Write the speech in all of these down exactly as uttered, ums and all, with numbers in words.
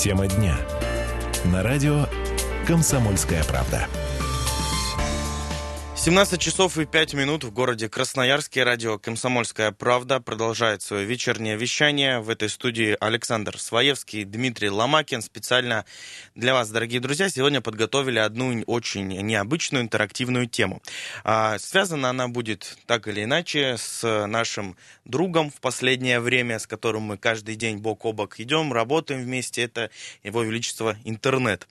Тема дня. На радио «Комсомольская правда». семнадцать часов и пять минут в городе Красноярске. Радио «Комсомольская правда» продолжает свое вечернее вещание. В этой студии Александр Своевский, Дмитрий Ломакин. Специально для вас, дорогие друзья, сегодня подготовили одну очень необычную интерактивную тему. А, связана она будет так или иначе с нашим другом в последнее время, с которым мы каждый день бок о бок идем, работаем вместе. Это Его Величество интернет.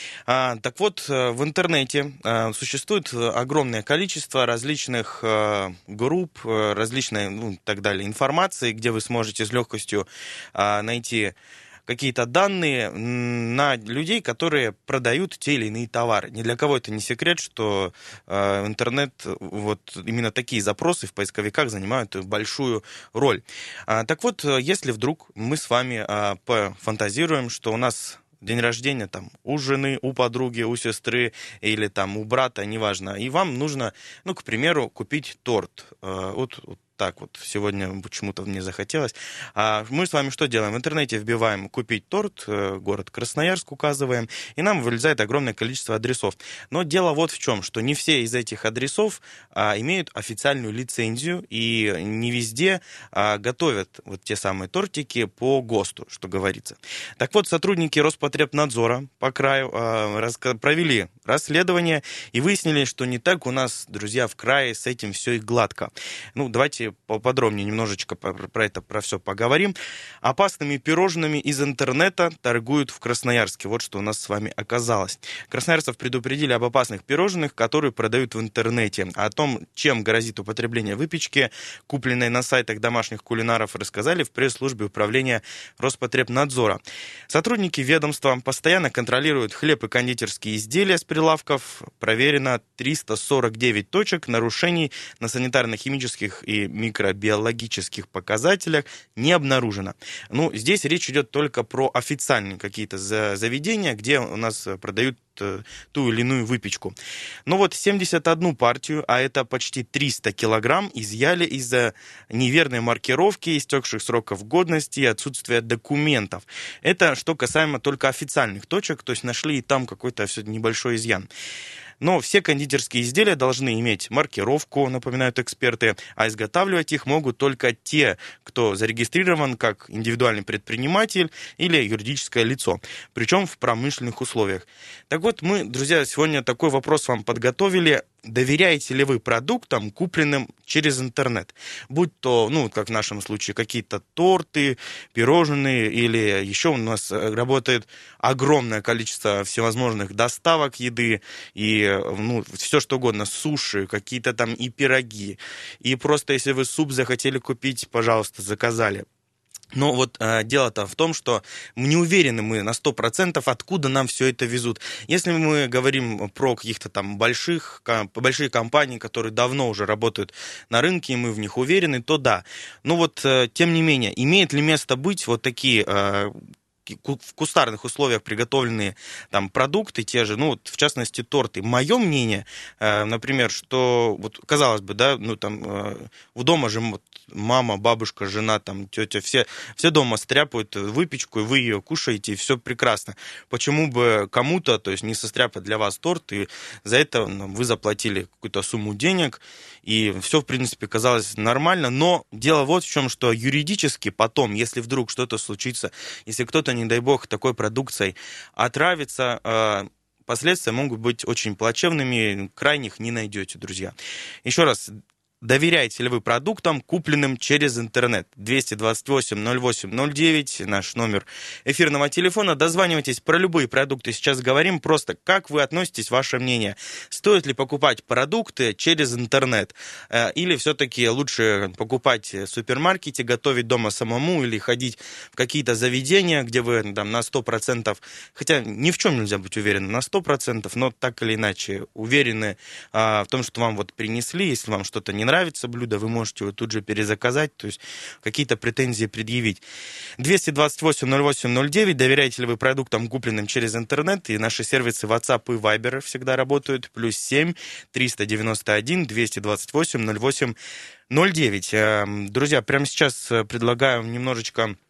А, так вот, в интернете а, существует огромное количество различных э, групп, э, различной, ну, так далее, информации, где вы сможете с легкостью э, найти какие-то данные на людей, которые продают те или иные товары. Ни для кого это не секрет, что э, интернет, вот именно такие запросы в поисковиках занимают большую роль. А, так вот, если вдруг мы с вами э, пофантазируем, что у нас день рождения там у жены, у подруги, у сестры или там у брата, неважно. И вам нужно, ну, к примеру, купить торт. Вот, вот так вот сегодня почему-то мне захотелось. А мы с вами что делаем? В интернете вбиваем «купить торт», город Красноярск указываем, и нам вылезает огромное количество адресов. Но дело вот в чем, что не все из этих адресов а, имеют официальную лицензию, и не везде а, готовят вот те самые тортики по ГОСТу, что говорится. Так вот, сотрудники Роспотребнадзора по краю а, раска- провели расследование и выяснили, что не так у нас, друзья, в крае с этим все и гладко. Ну, давайте поподробнее немножечко про это, про все поговорим. Опасными пирожными из интернета торгуют в Красноярске. Вот что у нас с вами оказалось. Красноярцев предупредили об опасных пирожных, которые продают в интернете. О том, чем грозит употребление выпечки, купленной на сайтах домашних кулинаров, рассказали в пресс-службе управления Роспотребнадзора. Сотрудники ведомства постоянно контролируют хлеб и кондитерские изделия с прилавков. Проверено триста сорок девять точек, нарушений на санитарно-химических и микробиологических показателях не обнаружено. Ну, здесь речь идет только про официальные какие-то заведения, где у нас продают ту или иную выпечку. Но вот семьдесят одну партию, а это почти триста килограмм, изъяли из-за неверной маркировки, истекших сроков годности и отсутствия документов. Это что касаемо только официальных точек, то есть нашли и там какой-то все небольшой изъян. Но все кондитерские изделия должны иметь маркировку, напоминают эксперты, а изготавливать их могут только те, кто зарегистрирован как индивидуальный предприниматель или юридическое лицо, причем в промышленных условиях. Так вот, мы, друзья, сегодня такой вопрос вам подготовили. Доверяете ли вы продуктам, купленным через интернет? Будь то, ну, как в нашем случае, какие-то торты, пирожные, или еще у нас работает огромное количество всевозможных доставок еды, и, ну, все что угодно, суши, какие-то там и пироги. И просто, если вы суп захотели купить, пожалуйста, заказали. Но вот э, дело-то в том, что не уверены мы на сто процентов, откуда нам все это везут. Если мы говорим про каких-то там больших, большие компании, которые давно уже работают на рынке, и мы в них уверены, то да. Но вот, э, тем не менее, имеет ли место быть вот такие э, в кустарных условиях приготовленные там продукты, те же, ну, вот, в частности, торты. Мое мнение, э, например, что, вот, казалось бы, да, ну, там, э, в дома же вот, мама, бабушка, жена, там, тетя, все, все дома стряпают выпечку, и вы ее кушаете, и все прекрасно. Почему бы кому-то, то есть, не состряпать для вас торт, и за это ну, вы заплатили какую-то сумму денег, и все, в принципе, казалось нормально, но дело вот в чем, что юридически потом, если вдруг что-то случится, если кто-то, не дай бог, такой продукцией отравится, последствия могут быть очень плачевными, крайних не найдете, друзья. Еще раз, доверяете ли вы продуктам, купленным через интернет? двести двадцать восемь ноль восемь ноль девять, наш номер эфирного телефона. Дозванивайтесь, про любые продукты сейчас говорим. Просто как вы относитесь, ваше мнение? Стоит ли покупать продукты через интернет? Или все-таки лучше покупать в супермаркете, готовить дома самому или ходить в какие-то заведения, где вы там, на сто процентов, хотя ни в чем нельзя быть уверенным на сто процентов, но так или иначе уверены а, в том, что вам вот принесли, если вам что-то не нравится блюдо, вы можете его тут же перезаказать, то есть какие-то претензии предъявить. двести двадцать восемь ноль восемь ноль девять, доверяете ли вы продуктам, купленным через интернет, и наши сервисы WhatsApp и Viber всегда работают, плюс семь триста девяносто один двести двадцать восемь ноль восемь ноль девять. Друзья, прямо сейчас предлагаю немножечко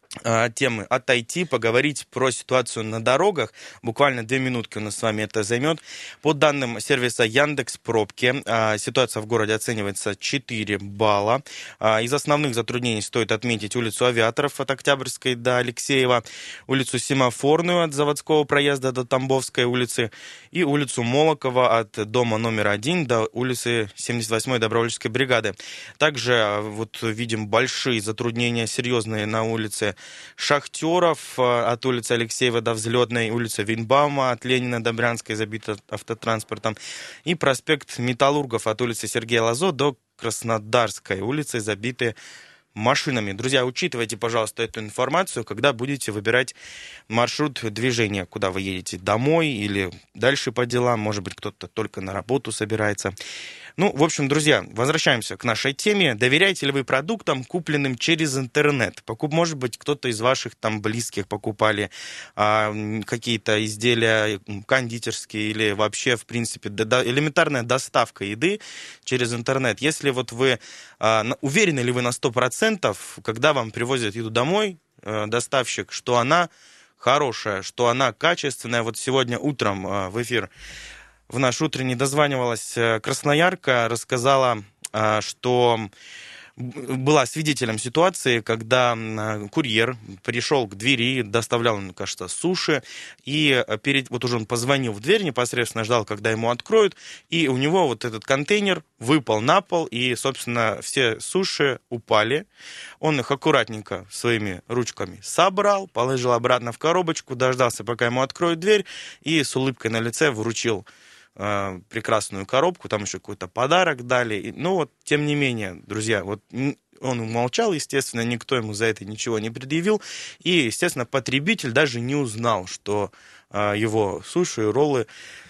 темы отойти, поговорить про ситуацию на дорогах. Буквально две минутки у нас с вами это займет. По данным сервиса Яндекс.Пробки, ситуация в городе оценивается четыре балла. Из основных затруднений стоит отметить улицу Авиаторов от Октябрьской до Алексеева, улицу Семафорную от Заводского проезда до Тамбовской улицы и улицу Молокова от дома номер один до улицы семьдесят восьмой Добровольческой бригады. Также вот видим большие затруднения, серьезные на улице Шахтеров от улицы Алексеева до Взлетной, улица Винбаума от Ленина до Брянской забита автотранспортом и проспект Металлургов от улицы Сергея Лазо до Краснодарской улицы забиты машинами. Друзья, учитывайте, пожалуйста, эту информацию, когда будете выбирать маршрут движения, куда вы едете, домой или дальше по делам, может быть, кто-то только на работу собирается. Ну, в общем, друзья, возвращаемся к нашей теме. Доверяете ли вы продуктам, купленным через интернет? Покуп, может быть, кто-то из ваших там близких покупали а, какие-то изделия кондитерские или вообще, в принципе, до, элементарная доставка еды через интернет. Если вот вы, а, уверены ли вы на сто процентов, когда вам привозят еду домой, а, доставщик, что она хорошая, что она качественная? Вот сегодня утром а, в эфир в наш утренний дозванивалась красноярка, рассказала, что была свидетелем ситуации, когда курьер пришел к двери, доставлял, мне кажется, суши, и перед, вот уже он позвонил в дверь, непосредственно ждал, когда ему откроют, и у него вот этот контейнер выпал на пол, и, собственно, все суши упали. Он их аккуратненько своими ручками собрал, положил обратно в коробочку, дождался, пока ему откроют дверь, и с улыбкой на лице вручил прекрасную коробку, там еще какой-то подарок дали. Ну вот, тем не менее, друзья, вот он умолчал, естественно, никто ему за это ничего не предъявил. И, естественно, потребитель даже не узнал, что его суши и роллы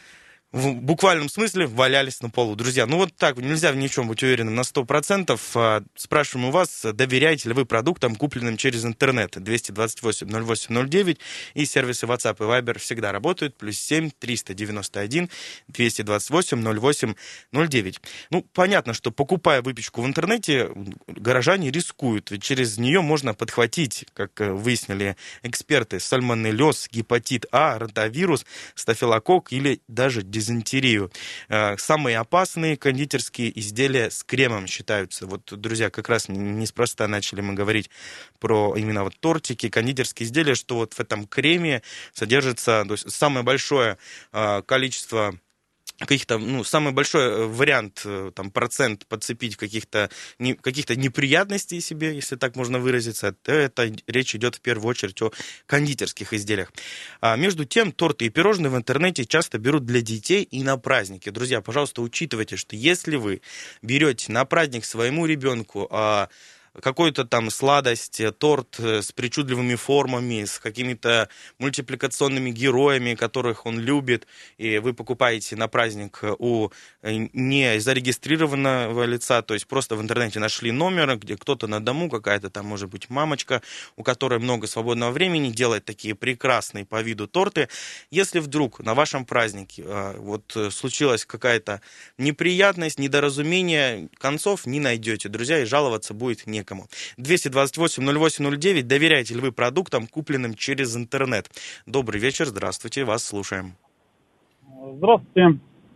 в буквальном смысле валялись на полу. Друзья, ну вот так, нельзя в ничем быть уверенным на сто процентов. Спрашиваем у вас, доверяете ли вы продуктам, купленным через интернет? двести двадцать восемь ноль восемь ноль девять и сервисы WhatsApp и Viber всегда работают. Плюс семь триста девяносто один двести двадцать восемь ноль восемь ноль девять. Ну, понятно, что покупая выпечку в интернете, горожане рискуют, ведь через нее можно подхватить, как выяснили эксперты, сальмонеллез, гепатит А, ротавирус, стафилококк или даже дизентерию. Самые опасные кондитерские изделия с кремом считаются. Вот, друзья, как раз неспроста начали мы говорить про именно вот тортики, кондитерские изделия, что вот в этом креме содержится, то есть самое большое количество каких-то, ну, самый большой вариант, там, процент подцепить каких-то, не, каких-то неприятностей себе, если так можно выразиться, это речь идет в первую очередь о кондитерских изделиях. А между тем, торты и пирожные в интернете часто берут для детей и на праздники. Друзья, пожалуйста, учитывайте, что если вы берете на праздник своему ребенку а, какую-то там сладость, торт с причудливыми формами, с какими-то мультипликационными героями, которых он любит, и вы покупаете на праздник у не зарегистрированного лица, то есть просто в интернете нашли номер, где кто-то на дому, какая-то там, может быть, мамочка, у которой много свободного времени, делает такие прекрасные по виду торты. Если вдруг на вашем празднике вот случилась какая-то неприятность, недоразумение, концов не найдете, друзья, и жаловаться будет некому. двести двадцать восемь ноль восемь ноль девять. Доверяете ли вы продуктам, купленным через интернет? Добрый вечер, здравствуйте, вас слушаем. Здравствуйте.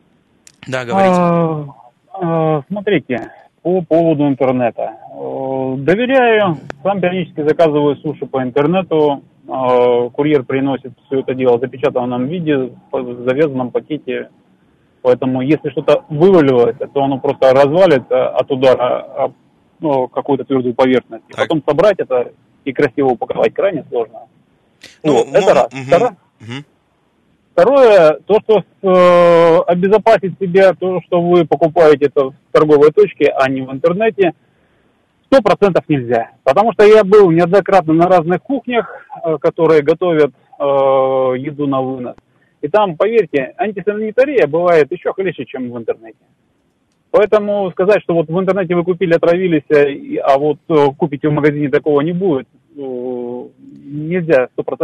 Да, говорите. А, а, смотрите, по поводу интернета. Доверяю, сам периодически заказываю суши по интернету. Курьер приносит все это дело в запечатанном виде, в завязанном пакете. Поэтому, если что-то вываливается, то оно просто развалится от удара ну, какую-то твердую поверхность. И потом собрать это и красиво упаковать крайне сложно. Ну, вот, это раз. Угу, Второе, угу. Второе, то, что э, обезопасить себя, то, что вы покупаете это в торговой точке, а не в интернете, сто процентов нельзя. Потому что я был неоднократно на разных кухнях, э, которые готовят э, еду на вынос. И там, поверьте, антисанитария бывает еще хлеще, чем в интернете. Поэтому сказать, что вот в интернете вы купили, отравились, а вот купите в магазине, такого не будет, нельзя, сто процентов.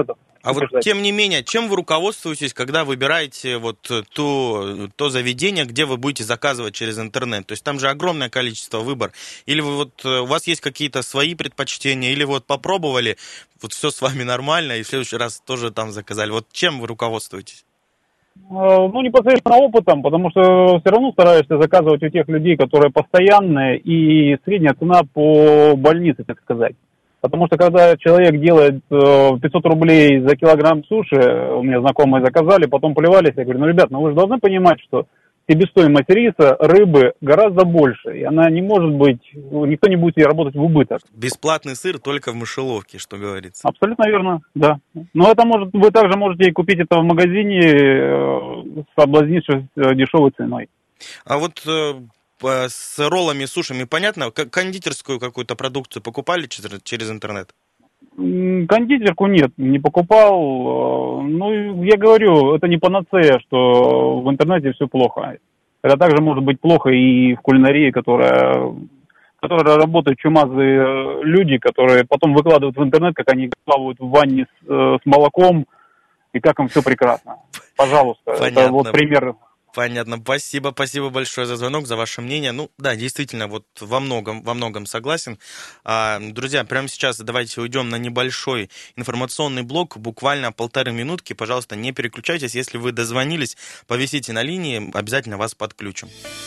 А вот, тем не менее, чем вы руководствуетесь, когда выбираете вот то, то заведение, где вы будете заказывать через интернет? То есть там же огромное количество выбор. Или вы вот, у вас есть какие-то свои предпочтения, или вот попробовали, вот все с вами нормально, и в следующий раз тоже там заказали. Вот чем вы руководствуетесь? Ну, непосредственно опытом, потому что все равно стараешься заказывать у тех людей, которые постоянные, и средняя цена по больнице, так сказать. Потому что когда человек делает пятьсот рублей за килограмм суши, у меня знакомые заказали, потом плевались, я говорю, ну, ребят, ну вы же должны понимать, что себестоимость риса, рыбы гораздо больше, и она не может быть, никто не будет ей работать в убыток. Бесплатный сыр только в мышеловке, что говорится. Абсолютно верно, да. Но это может, вы также можете купить это в магазине, соблазнившись дешевой ценой. А вот с роллами, сушами понятно? Кондитерскую какую-то продукцию покупали через, через интернет? Кондитерку нет, не покупал. Ну, я говорю, это не панацея, что в интернете все плохо. Это также может быть плохо и в кулинарии, которая, которая работают чумазые люди, которые потом выкладывают в интернет, как они плавают в ванне с, с молоком, и как им все прекрасно. Пожалуйста, понятно. Это вот пример. Понятно. Спасибо, спасибо большое за звонок, за ваше мнение. Ну, да, действительно, вот во многом, во многом согласен. А, друзья, прямо сейчас давайте уйдем на небольшой информационный блок, буквально полторы минутки. Пожалуйста, не переключайтесь. Если вы дозвонились, повисите на линии, обязательно вас подключим.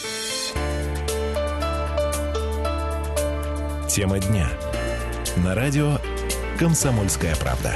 Тема дня. На радио «Комсомольская правда».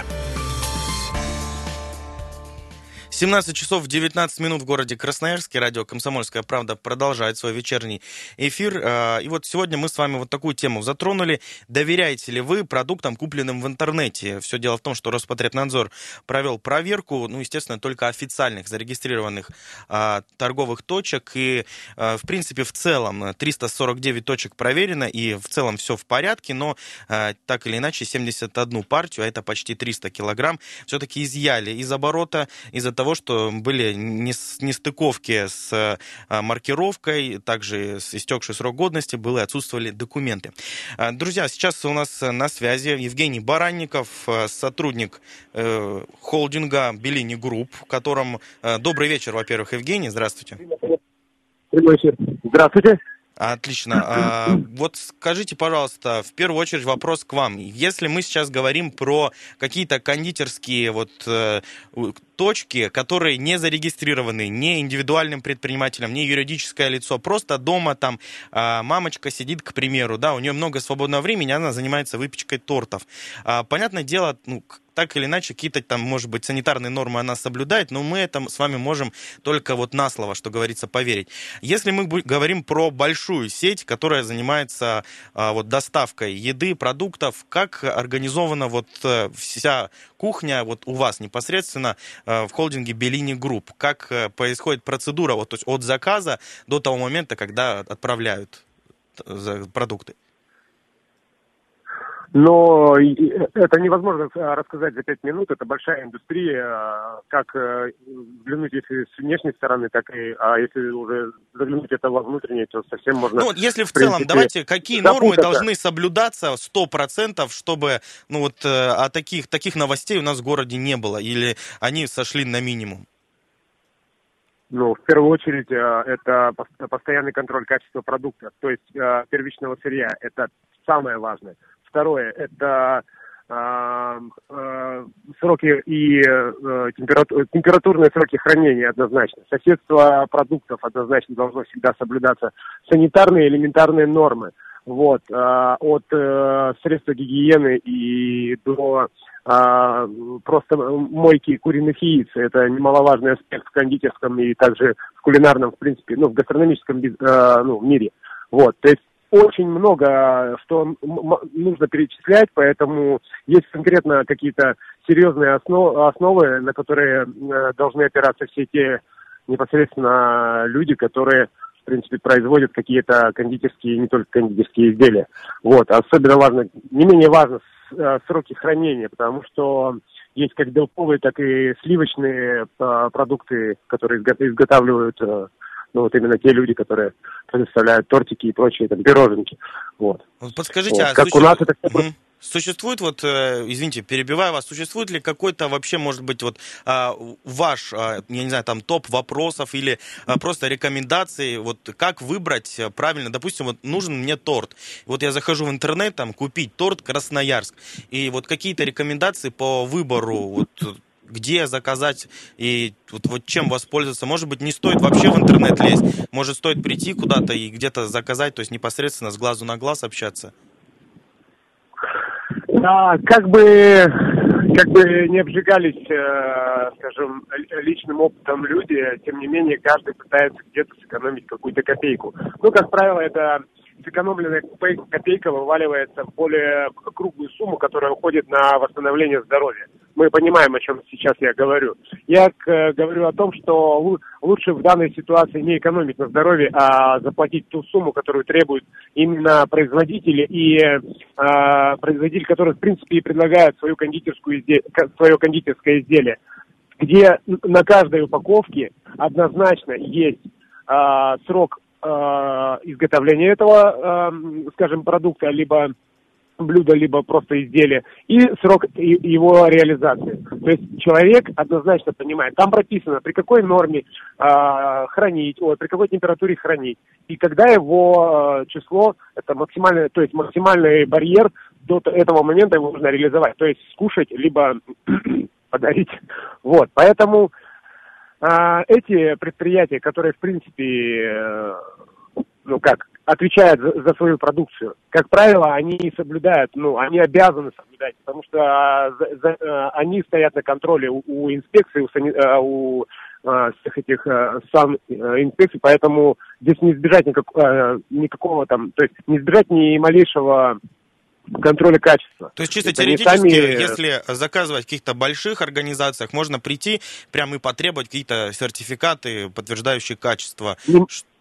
семнадцать часов девятнадцать минут в городе Красноярске. Радио «Комсомольская правда» продолжает свой вечерний эфир. И вот сегодня мы с вами вот такую тему затронули. Доверяете ли вы продуктам, купленным в интернете? Все дело в том, что Роспотребнадзор провел проверку, ну, естественно, только официальных, зарегистрированных а, торговых точек. И, а, в принципе, в целом триста сорок девять точек проверено, и в целом все в порядке, но а, так или иначе семьдесят одну партию, а это почти триста килограмм, все-таки изъяли из оборота из-за того, что были нестыковки с маркировкой, также с истекший срок годности, были отсутствовали документы. Друзья, сейчас у нас на связи Евгений Баранников, сотрудник э, холдинга Беллини Групп, которым... Добрый вечер, во-первых, Евгений, здравствуйте. Здравствуйте. Отлично. А, вот скажите, пожалуйста, в первую очередь вопрос к вам. Если мы сейчас говорим про какие-то кондитерские вот э, точки, которые не зарегистрированы, не индивидуальным предпринимателем, не юридическое лицо, просто дома там э, мамочка сидит, к примеру, да, у нее много свободного времени, она занимается выпечкой тортов. А, понятное дело, ну, так или иначе, какие-то там, может быть, санитарные нормы она соблюдает, но мы это с вами можем только вот на слово, что говорится, поверить. Если мы говорим про большую сеть, которая занимается а, вот доставкой еды, продуктов, как организована вот а, вся кухня вот у вас непосредственно а, в холдинге Беллини Групп? Как а, происходит процедура вот, то есть от заказа до того момента, когда отправляют продукты? Но это невозможно рассказать за пять минут. Это большая индустрия. Как взглянуть, если с внешней стороны, так и а если уже заглянуть это во внутреннее, то совсем можно... Ну, если в, в целом, принципе, давайте, какие нормы должны соблюдаться сто процентов, чтобы ну, вот, а таких, таких новостей у нас в городе не было, или они сошли на минимум? Ну, в первую очередь, это постоянный контроль качества продукта, то есть первичного сырья. Это самое важное. Второе, это э, э, сроки и э, температур, температурные сроки хранения однозначно. Соседство продуктов однозначно должно всегда соблюдаться. Санитарные элементарные нормы. Вот, э, от э, средства гигиены и до э, просто мойки куриных яиц. Это немаловажный аспект в кондитерском и также в кулинарном, в принципе, ну, в гастрономическом э, ну, мире. Вот, то есть очень много, что нужно перечислять, поэтому есть конкретно какие-то серьезные основ, основы, на которые должны опираться все те непосредственно люди, которые, в принципе, производят какие-то кондитерские, не только кондитерские изделия. Вот, особенно важно, не менее важно сроки хранения, потому что есть как белковые, так и сливочные продукты, которые изготавливают... Ну, вот именно те люди, которые предоставляют тортики и прочие там пироженки. Вот. Подскажите, вот. а как суще... у нас это... Угу. Существует вот, извините, перебиваю вас, существует ли какой-то вообще, может быть, вот ваш, я не знаю, там топ вопросов или просто рекомендации, вот как выбрать правильно, допустим, вот нужен мне торт, вот я захожу в интернет, там, купить торт Красноярск, и вот какие-то рекомендации по выбору, вот, где заказать и вот, вот чем воспользоваться, может быть, не стоит вообще в интернет лезть, может, стоит прийти куда-то и где-то заказать, то есть непосредственно с глазу на глаз общаться? А, как бы, как бы не обжигались, э, скажем, личным опытом люди, тем не менее каждый пытается где-то сэкономить какую-то копейку. Ну, как правило, это сэкономленная копейка вываливается в более круглую сумму, которая уходит на восстановление здоровья. Мы понимаем, о чем сейчас я говорю. Я э, говорю о том, что лучше в данной ситуации не экономить на здоровье, а заплатить ту сумму, которую требуют именно производители и э, производитель, который, в принципе, и предлагает свою кондитерскую изделие, свое кондитерское изделие, где на каждой упаковке однозначно есть э, срок э, изготовления этого, э, скажем, продукта, либо блюдо, либо просто изделие, и срок его реализации. То есть человек однозначно понимает, там прописано, при какой норме э, хранить, ой, при какой температуре хранить, и когда его э, число, это максимальный, то есть максимальный барьер до этого момента его нужно реализовать, то есть скушать, либо подарить. Вот, поэтому э, эти предприятия, которые, в принципе, э, ну как, отвечают за, за свою продукцию. Как правило, они соблюдают, ну, они обязаны соблюдать, потому что за, за, они стоят на контроле у, у инспекции, у, сани, у а, всех этих а, сан инспекций, поэтому здесь не избежать никак, а, никакого там, то есть не избежать ни малейшего контроля качества. То есть чисто это теоретически, сами... если заказывать в каких-то больших организациях, можно прийти прямо и потребовать какие-то сертификаты, подтверждающие качество. Не...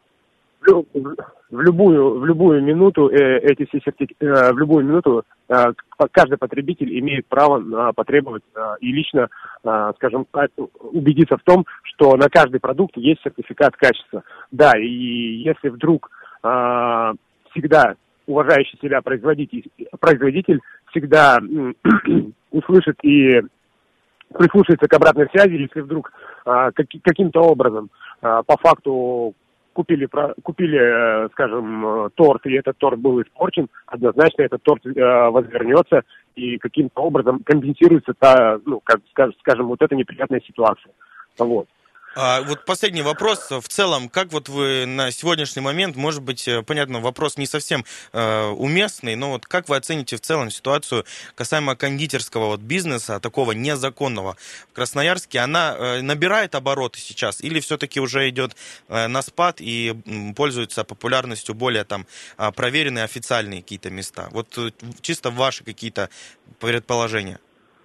В любую, в любую минуту э, эти все сертифи... э, в любую минуту э, каждый потребитель имеет право э, потребовать э, и лично, э, скажем, убедиться в том, что на каждый продукт есть сертификат качества. Да, и если вдруг э, всегда уважающий себя производитель, производитель всегда э, услышит и прислушается к обратной связи, если вдруг э, как, каким-то образом э, по факту Купили, купили, скажем, торт, и этот торт был испорчен, однозначно этот торт возвернется и каким-то образом компенсируется та, ну, как скажем, вот эта неприятная ситуация. Вот. А вот последний вопрос. В целом, как вот вы на сегодняшний момент, может быть, понятно, вопрос не совсем э, уместный, но вот как вы оцените в целом ситуацию касаемо кондитерского вот бизнеса, такого незаконного в Красноярске? Она э, набирает обороты сейчас или все-таки уже идет э, на спад и м, пользуется популярностью более там проверенные официальные какие-то места? Вот э, чисто ваши какие-то предположения.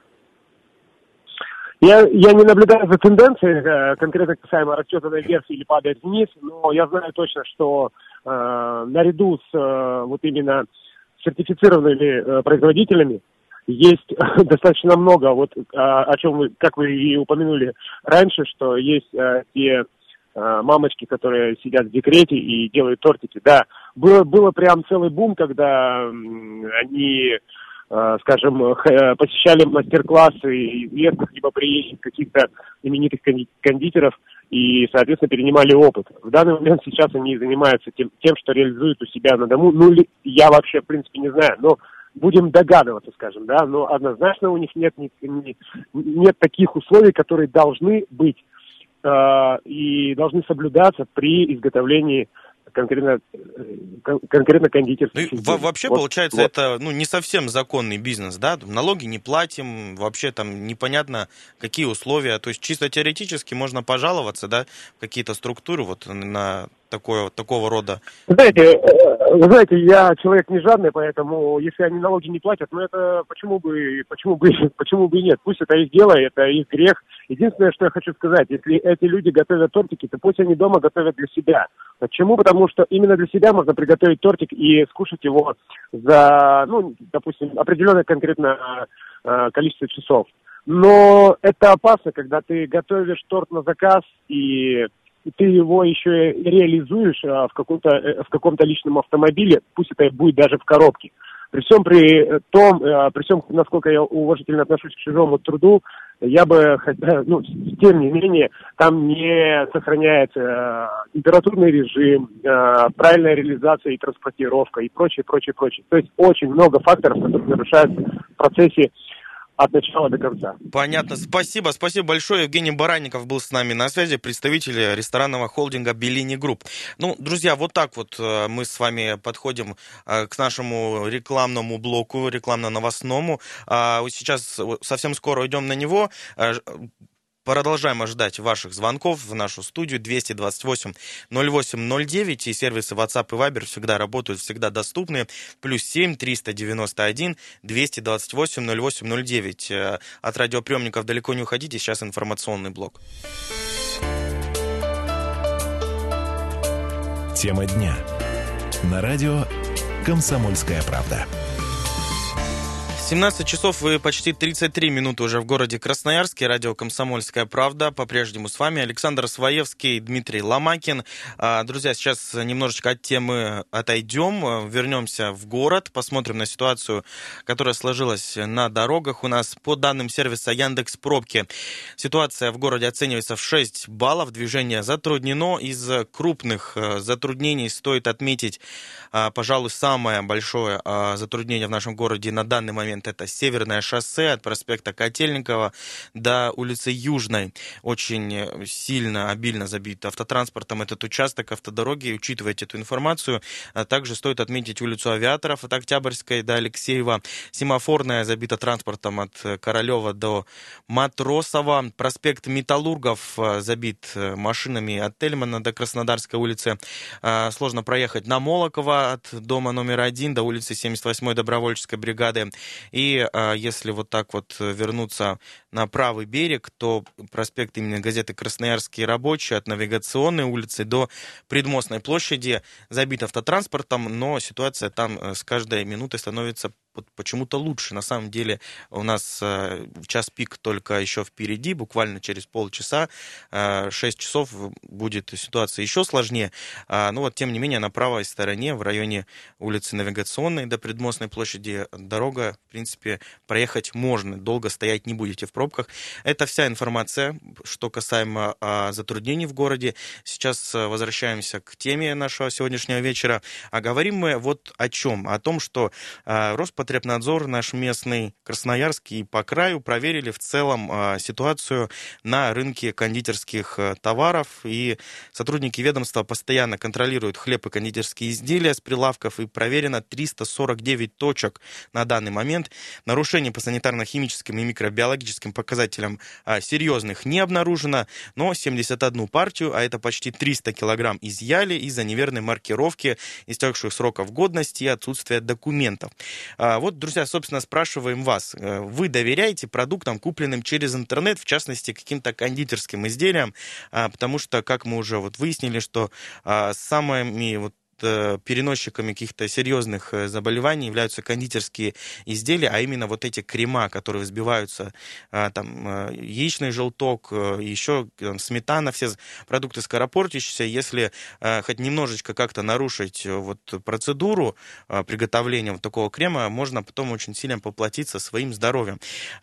Я, я не наблюдаю за тенденцией, конкретно касаемо расчетанной версии или падает вниз, но я знаю точно, что э, наряду с э, вот именно сертифицированными э, производителями есть достаточно много, вот э, о чем вы, как вы и упомянули раньше, что есть э, те э, мамочки, которые сидят в декрете и делают тортики. Да, было, было прям целый бум, когда э, они... скажем, посещали мастер-классы известных либо приезжих каких-то именитых кондитеров и, соответственно, перенимали опыт. В данный момент сейчас они занимаются тем, тем что реализуют у себя на дому. Ну, я вообще, в принципе, не знаю, но будем догадываться, скажем, да, но однозначно у них нет, нет таких условий, которые должны быть э, и должны соблюдаться при изготовлении конкретно, конкретно кондитерских. Ну, вообще, вот, получается, вот. Это ну, не совсем законный бизнес, да? Налоги не платим, вообще там непонятно, какие условия. То есть чисто теоретически можно пожаловаться, да, в какие-то структуры вот на такое, такого рода. Знаете, вы знаете, я человек не жадный, поэтому если они налоги не платят, ну это почему бы, почему бы, почему бы и нет? Пусть это их дело, это их грех. Единственное, что я хочу сказать, если эти люди готовят тортики, то пусть они дома готовят для себя. Почему? Потому что именно для себя можно приготовить тортик и скушать его за, ну, допустим, определенное конкретно количество часов. Но это опасно, когда ты готовишь торт на заказ и ты его еще реализуешь в каком-то, в каком-то личном автомобиле, пусть это будет даже в коробке. При всем при том, при всем, насколько я уважительно отношусь к чужому труду, я бы, ну, тем не менее, там не сохраняется температурный режим, правильная реализация и транспортировка и прочее, прочее, прочее. То есть очень много факторов, которые нарушаются в процессе от начала до конца. Понятно. Спасибо. Спасибо большое. Евгений Баранников был с нами на связи, представитель ресторанного холдинга Беллини Групп. Ну, друзья, вот так вот мы с вами подходим к нашему рекламному блоку, рекламно-новостному. Сейчас совсем скоро уйдем на него. Продолжаем ожидать ваших звонков в нашу студию двести двадцать восемь ноль восемь ноль девять, и сервисы WhatsApp и Viber всегда работают, всегда доступны. Плюс семь триста девяносто один двести двадцать восемь ноль восемь ноль девять. От радиоприемников далеко не уходите, сейчас информационный блок. Тема дня. На радио «Комсомольская правда». семнадцать часов и почти тридцать три минуты уже в городе Красноярске. Радио «Комсомольская правда». По-прежнему с вами Александр Своевский, Дмитрий Ломакин. Друзья, сейчас немножечко от темы отойдем. Вернемся в город, посмотрим на ситуацию, которая сложилась на дорогах. У нас по данным сервиса Яндекс.Пробки ситуация в городе оценивается в шесть баллов. Движение затруднено. Из крупных затруднений стоит отметить, пожалуй, самое большое затруднение в нашем городе на данный момент. Это Северное шоссе от проспекта Котельникова до улицы Южной. Очень сильно, обильно забит автотранспортом этот участок автодороги. Учитывайте эту информацию. Также стоит отметить улицу Авиаторов от Октябрьской до Алексеева. Семафорная забита транспортом от Королева до Матросова. Проспект Металлургов забит машинами от Тельмана до Краснодарской улицы. Сложно проехать на Молокова от дома номер один до улицы семьдесят восьмой Добровольческой бригады. И а, если вот так вот вернуться на правый берег, то проспект имени газеты «Красноярские рабочие» от Навигационной улицы до Предмостной площади забит автотранспортом, но ситуация там с каждой минутой становится почему-то лучше. На самом деле у нас час пик только еще впереди, буквально через полчаса, шесть часов будет ситуация еще сложнее. Но вот тем не менее на правой стороне, в районе улицы Навигационной до Предмостной площади, дорога, в принципе, проехать можно, долго стоять не будете в пробках. Это вся информация, что касаемо затруднений в городе. Сейчас возвращаемся к теме нашего сегодняшнего вечера. А говорим мы вот о чем. О том, что Роспотребнадзор, наш местный, красноярский, по краю проверили в целом а, ситуацию на рынке кондитерских а, товаров, и сотрудники ведомства постоянно контролируют хлеб и кондитерские изделия с прилавков, и проверено триста сорок девять точек на данный момент. Нарушений по санитарно-химическим и микробиологическим показателям а, серьезных не обнаружено, но семьдесят одну партию, а это почти триста килограмм, изъяли из-за неверной маркировки, истекших сроков годности и отсутствия документов. Вот, друзья, собственно, спрашиваем вас. Вы доверяете продуктам, купленным через интернет, в частности, каким-то кондитерским изделиям? Потому что, как мы уже вот выяснили, что самыми вот переносчиками каких-то серьезных заболеваний являются кондитерские изделия, а именно вот эти крема, которые взбиваются, там, яичный желток, еще там, сметана, все продукты скоропортящиеся. Если хоть немножечко как-то нарушить вот процедуру приготовления вот такого крема, можно потом очень сильно поплатиться своим здоровьем.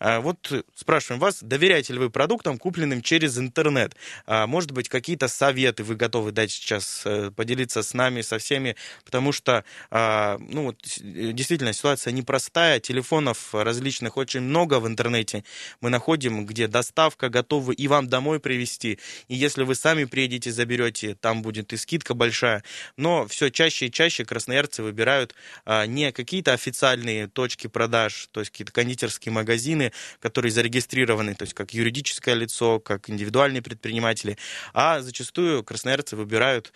Вот спрашиваем вас, доверяете ли вы продуктам, купленным через интернет? Может быть, какие-то советы вы готовы дать сейчас, поделиться с нами, со всеми, потому что, ну, действительно, ситуация непростая, телефонов различных очень много в интернете мы находим, где доставка готова и вам домой привезти, и если вы сами приедете, заберете, там будет и скидка большая, но все чаще и чаще красноярцы выбирают не какие-то официальные точки продаж, то есть какие-то кондитерские магазины, которые зарегистрированы, то есть как юридическое лицо, как индивидуальные предприниматели, а зачастую красноярцы выбирают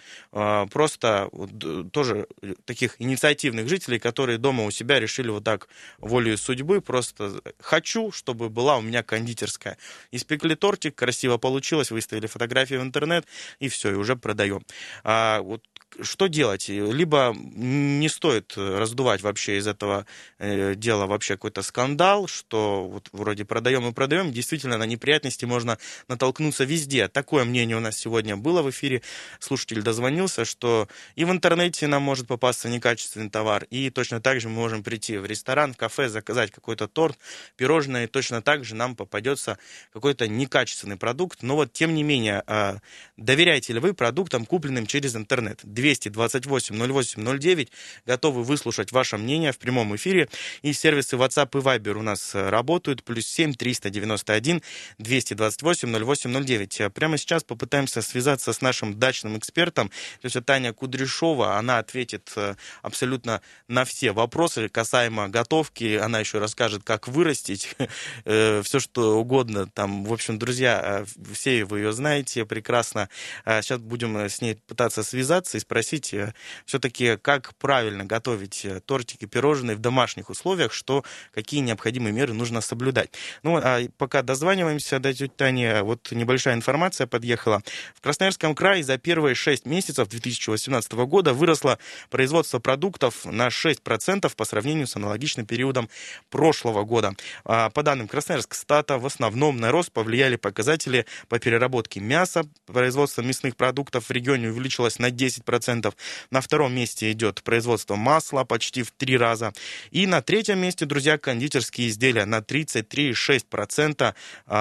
просто тоже таких инициативных жителей, которые дома у себя решили вот так волею судьбы, просто хочу, чтобы была у меня кондитерская. Испекли тортик, красиво получилось, выставили фотографии в интернет, и все, и уже продаем. А вот что делать? Либо не стоит раздувать вообще из этого э, дела вообще какой-то скандал, что вот вроде продаем и продаем, действительно на неприятности можно натолкнуться везде. Такое мнение у нас сегодня было в эфире. Слушатель дозвонился, что и в интернете интернете нам может попасться некачественный товар, и точно так же мы можем прийти в ресторан, в кафе, заказать какой-то торт, пирожное, и точно так же нам попадется какой-то некачественный продукт. Но вот, тем не менее, доверяете ли вы продуктам, купленным через интернет? двести двадцать восемь ноль восемь ноль девять, готовы выслушать ваше мнение в прямом эфире, и сервисы WhatsApp и Viber у нас работают, плюс семь триста девяносто один двести двадцать восемь ноль восемь ноль девять. Прямо сейчас попытаемся связаться с нашим дачным экспертом. То есть Таня Кудряшова, она ответит абсолютно на все вопросы касаемо готовки. Она еще расскажет, как вырастить все, что угодно. Там, в общем, друзья, все вы ее знаете прекрасно. Сейчас будем с ней пытаться связаться и спросить все-таки, как правильно готовить тортики, пирожные в домашних условиях, что, какие необходимые меры нужно соблюдать. Ну, а пока дозваниваемся до тети Тани, вот небольшая информация подъехала. В Красноярском крае за первые шесть месяцев две тысячи восемнадцатого года выросло производство продуктов на шесть процентов по сравнению с аналогичным периодом прошлого года. По данным Красноярскстата, в основном на рост повлияли показатели по переработке мяса. Производство мясных продуктов в регионе увеличилось на десять процентов. На втором месте идет производство масла почти в три раза. И на третьем месте, друзья, кондитерские изделия на тридцать три целых шесть десятых процента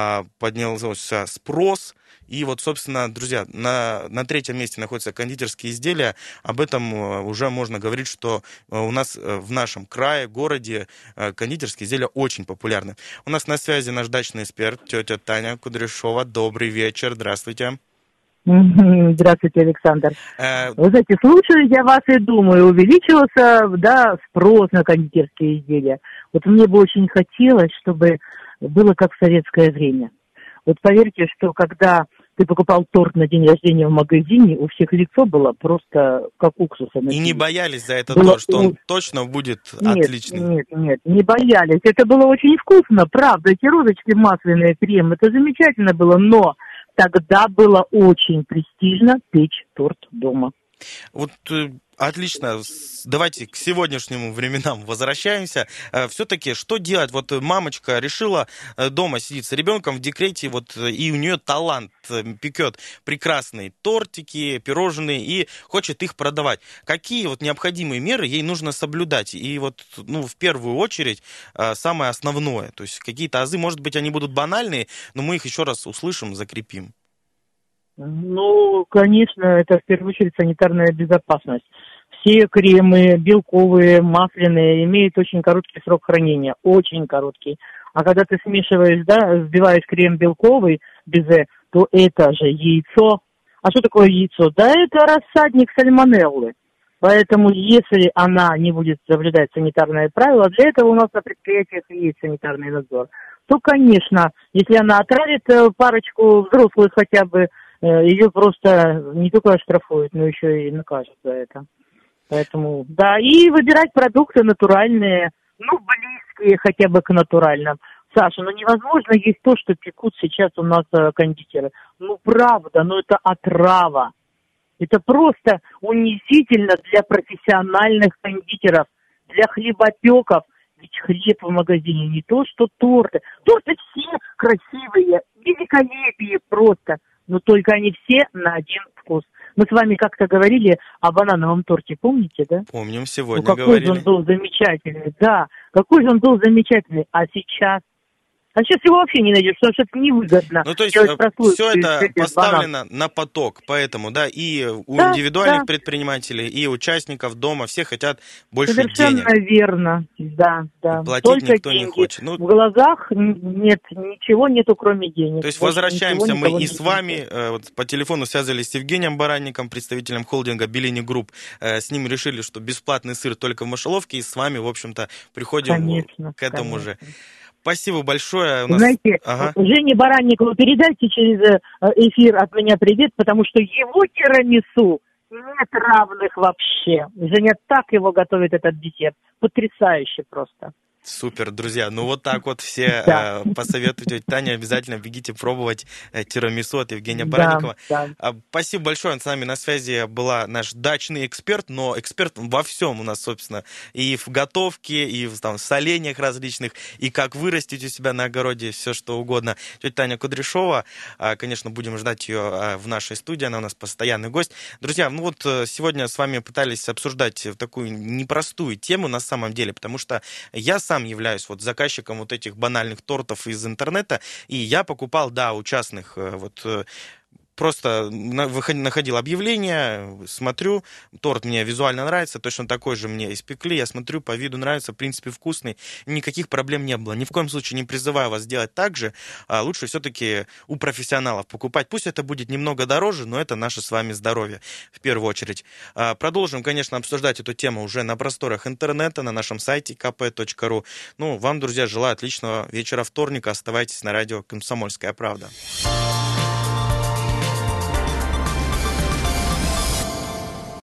поднялся спрос. И вот, собственно, друзья, на, на третьем месте находятся кондитерские изделия. Об этом уже можно говорить, что у нас в нашем крае, городе кондитерские изделия очень популярны. У нас на связи наш дачный эксперт, тетя Таня Кудряшова. Добрый вечер, здравствуйте. Здравствуйте, Александр. Э... Вы знаете, слушаю я вас и думаю, увеличился, да, спрос на кондитерские изделия. Вот мне бы очень хотелось, чтобы было как в советское время. Вот поверьте, что когда ты покупал торт на день рождения в магазине, у всех лицо было просто как уксуса. И не боялись за это было... торт, что он точно будет нет, отличный? Нет, нет, не боялись. Это было очень вкусно, правда. Эти розочки масляные, крем, это замечательно было, но тогда было очень престижно печь торт дома. Вот отлично. Давайте к сегодняшним временам возвращаемся. Все-таки что делать? Вот мамочка решила дома сидеть с ребенком в декрете, вот, и у нее талант, пекет прекрасные тортики, пирожные, и хочет их продавать. Какие вот необходимые меры ей нужно соблюдать? И вот, ну, в первую очередь, самое основное. То есть какие-то азы, может быть, они будут банальные, но мы их еще раз услышим, закрепим. Ну, конечно, это в первую очередь санитарная безопасность. Все кремы, белковые, масляные, имеют очень короткий срок хранения, очень короткий. А когда ты смешиваешь, да, взбиваешь крем белковый, безе, то это же яйцо. А что такое яйцо? Да это рассадник сальмонеллы. Поэтому, если она не будет соблюдать санитарные правила, для этого у нас на предприятиях есть санитарный надзор, то, конечно, если она отравит парочку взрослых хотя бы, ее просто не только оштрафуют, но еще и накажут за это. Поэтому, да, и выбирать продукты натуральные, ну, близкие хотя бы к натуральным. Саша, ну невозможно есть то, что пекут сейчас у нас кондитеры. Ну, правда, ну это отрава. Это просто унизительно для профессиональных кондитеров, для хлебопеков. Ведь хлеб в магазине не то, что торты. Торты все красивые, великолепие просто. Но только они все на один вкус. Мы с вами как-то говорили о банановом торте, помните, да? Помним, сегодня ну, какой говорили. Какой же он был замечательный, да. Какой же он был замечательный. А сейчас... А сейчас его вообще не найдешь, потому что это невыгодно. Ну, то есть все это поставлено банан. на поток, поэтому, да, и у да, индивидуальных да. предпринимателей, и участников дома, все хотят больше Совершенно денег. Совершенно верно, да, да. Платить Только никто деньги. не хочет. Ну, в глазах нет, ничего нету, кроме денег. То есть больше возвращаемся мы и не с вами, э, вот, по телефону связывались с Евгением Баранником, представителем холдинга Беллини Групп. Э, с ним решили, что бесплатный сыр только в мышеловке, и с вами, в общем-то, приходим конечно, к этому конечно. же. Спасибо большое. У нас... Знаете, ага. Жене Баранникову передайте через эфир от меня привет, потому что его тирамису нет равных вообще. Женя так его готовит, этот десерт. Потрясающе просто. Супер, друзья. Ну вот так вот все Да. э, посоветуйте Тане, обязательно бегите пробовать э, тирамису от Евгения Да, Баранникова. да. А, спасибо большое. С нами на связи была наш дачный эксперт, но эксперт во всем у нас, собственно, и в готовке, и в там, соленьях различных, и как вырастить у себя на огороде, все что угодно. Тетя Таня Кудряшова, а, конечно, будем ждать ее а, в нашей студии, она у нас постоянный гость. Друзья, ну вот сегодня с вами пытались обсуждать такую непростую тему на самом деле, потому что я сам являюсь вот заказчиком вот этих банальных тортов из интернета, и я покупал, да, у частных вот просто находил объявление, смотрю, торт мне визуально нравится, точно такой же мне испекли, я смотрю, по виду нравится, в принципе, вкусный, никаких проблем не было. Ни в коем случае не призываю вас делать так же, а лучше все-таки у профессионалов покупать. Пусть это будет немного дороже, но это наше с вами здоровье в первую очередь. Продолжим, конечно, обсуждать эту тему уже на просторах интернета, на нашем сайте ка пэ точка ру. Ну, вам, друзья, желаю отличного вечера вторника. Оставайтесь на радио «Комсомольская правда».